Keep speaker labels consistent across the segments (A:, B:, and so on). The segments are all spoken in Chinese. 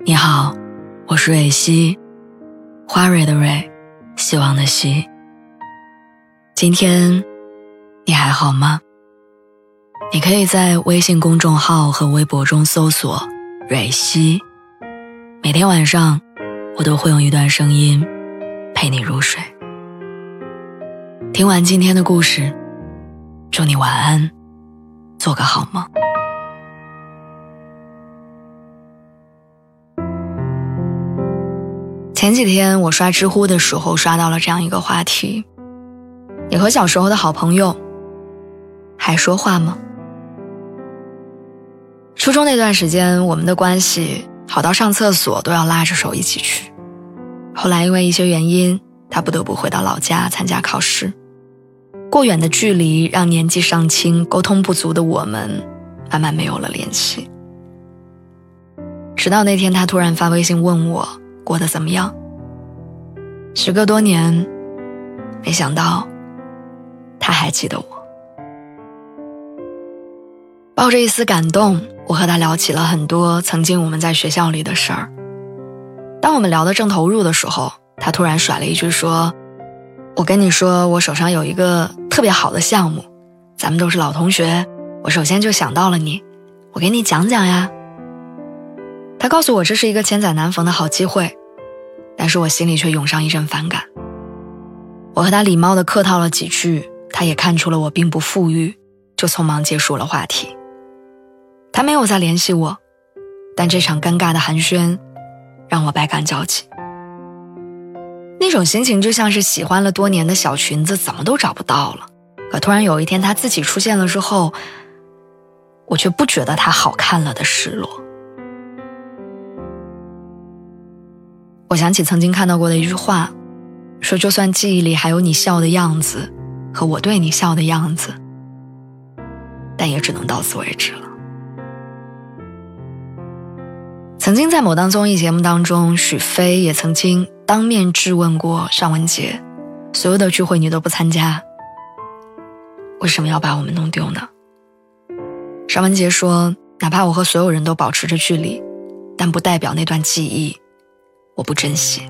A: 你好，我是蕊希，花蕊的蕊，希望的希。今天你还好吗？你可以在微信公众号和微博中搜索蕊希，每天晚上我都会用一段声音陪你入睡。听完今天的故事，祝你晚安，做个好梦。前几天我刷知乎的时候刷到了这样一个话题：你和小时候的好朋友还说话吗？初中那段时间，我们的关系好到上厕所都要拉着手一起去。后来因为一些原因，他不得不回到老家参加考试。过远的距离让年纪尚轻、沟通不足的我们慢慢没有了联系。直到那天他突然发微信问我过得怎么样。时隔多年，没想到他还记得我。抱着一丝感动，我和他聊起了很多曾经我们在学校里的事儿。当我们聊得正投入的时候，他突然甩了一句说：我跟你说，我手上有一个特别好的项目，咱们都是老同学，我首先就想到了你，我给你讲讲呀。他告诉我这是一个千载难逢的好机会，但是我心里却涌上一阵反感。我和他礼貌地客套了几句，他也看出了我并不富裕，就匆忙结束了话题。他没有再联系我，但这场尴尬的寒暄让我百感交集。那种心情就像是喜欢了多年的小裙子怎么都找不到了，可突然有一天他自己出现了之后，我却不觉得他好看了的失落。我想起曾经看到过的一句话，说就算记忆里还有你笑的样子和我对你笑的样子，但也只能到此为止了。曾经在某档综艺节目当中，许飞也曾经当面质问过尚雯婕，所有的聚会你都不参加，为什么要把我们弄丢呢？尚雯婕说，哪怕我和所有人都保持着距离，但不代表那段记忆我不珍惜。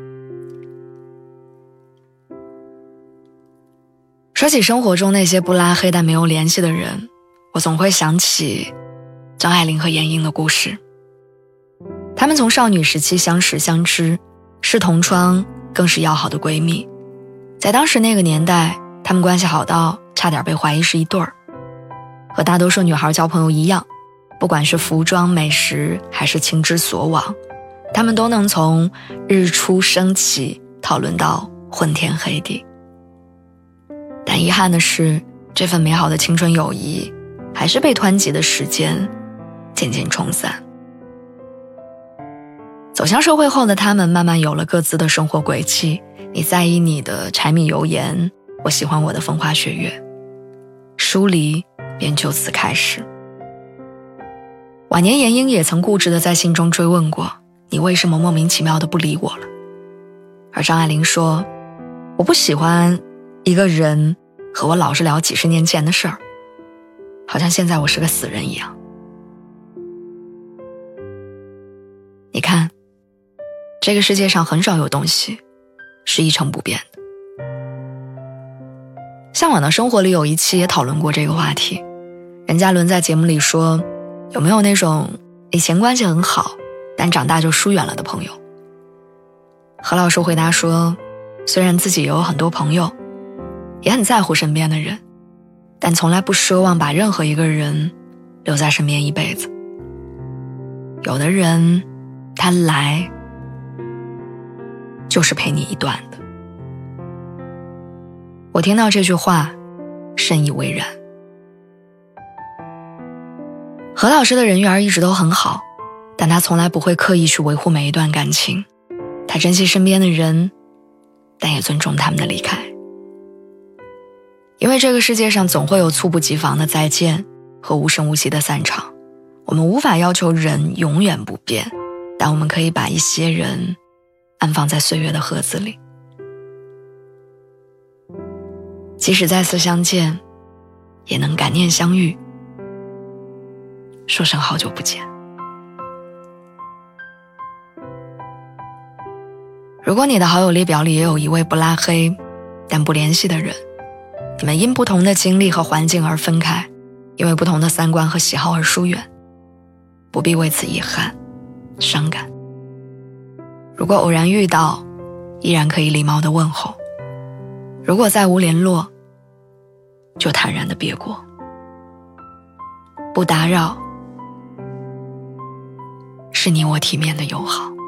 A: 说起生活中那些不拉黑但没有联系的人，我总会想起张爱玲和闫英的故事。她们从少女时期相识相知，是同窗，更是要好的闺蜜。在当时那个年代，她们关系好到差点被怀疑是一对儿。和大多数女孩交朋友一样，不管是服装、美食还是情之所往，她们都能从日出升起讨论到昏天黑地。但遗憾的是，这份美好的青春友谊还是被湍急的时间渐渐冲散。走向社会后的他们慢慢有了各自的生活轨迹，你在意你的柴米油盐，我喜欢我的风花雪月，疏离便就此开始。晚年闫英也曾固执地在信中追问过，你为什么莫名其妙地不理我了？而张爱玲说，我不喜欢一个人和我老是聊几十年前的事儿，好像现在我是个死人一样。你看，这个世界上很少有东西是一成不变的。向往的生活里有一期也讨论过这个话题，任嘉伦在节目里说，有没有那种以前关系很好但长大就疏远了的朋友？何老师回答说，虽然自己也有很多朋友，也很在乎身边的人，但从来不奢望把任何一个人留在身边一辈子。有的人他来就是陪你一段的。我听到这句话深以为然。何老师的人缘一直都很好，但他从来不会刻意去维护每一段感情。他珍惜身边的人，但也尊重他们的离开。因为这个世界上总会有猝不及防的再见和无声无息的散场，我们无法要求人永远不变，但我们可以把一些人安放在岁月的盒子里。即使再次相见，也能感念相遇，说声好久不见。 如果你的好友列表里也有一位不拉黑但不联系的人，你们因不同的经历和环境而分开，因为不同的三观和喜好而疏远，不必为此遗憾伤感。如果偶然遇到，依然可以礼貌地问候，如果再无联络，就坦然地别过，不打扰是你我体面的友好。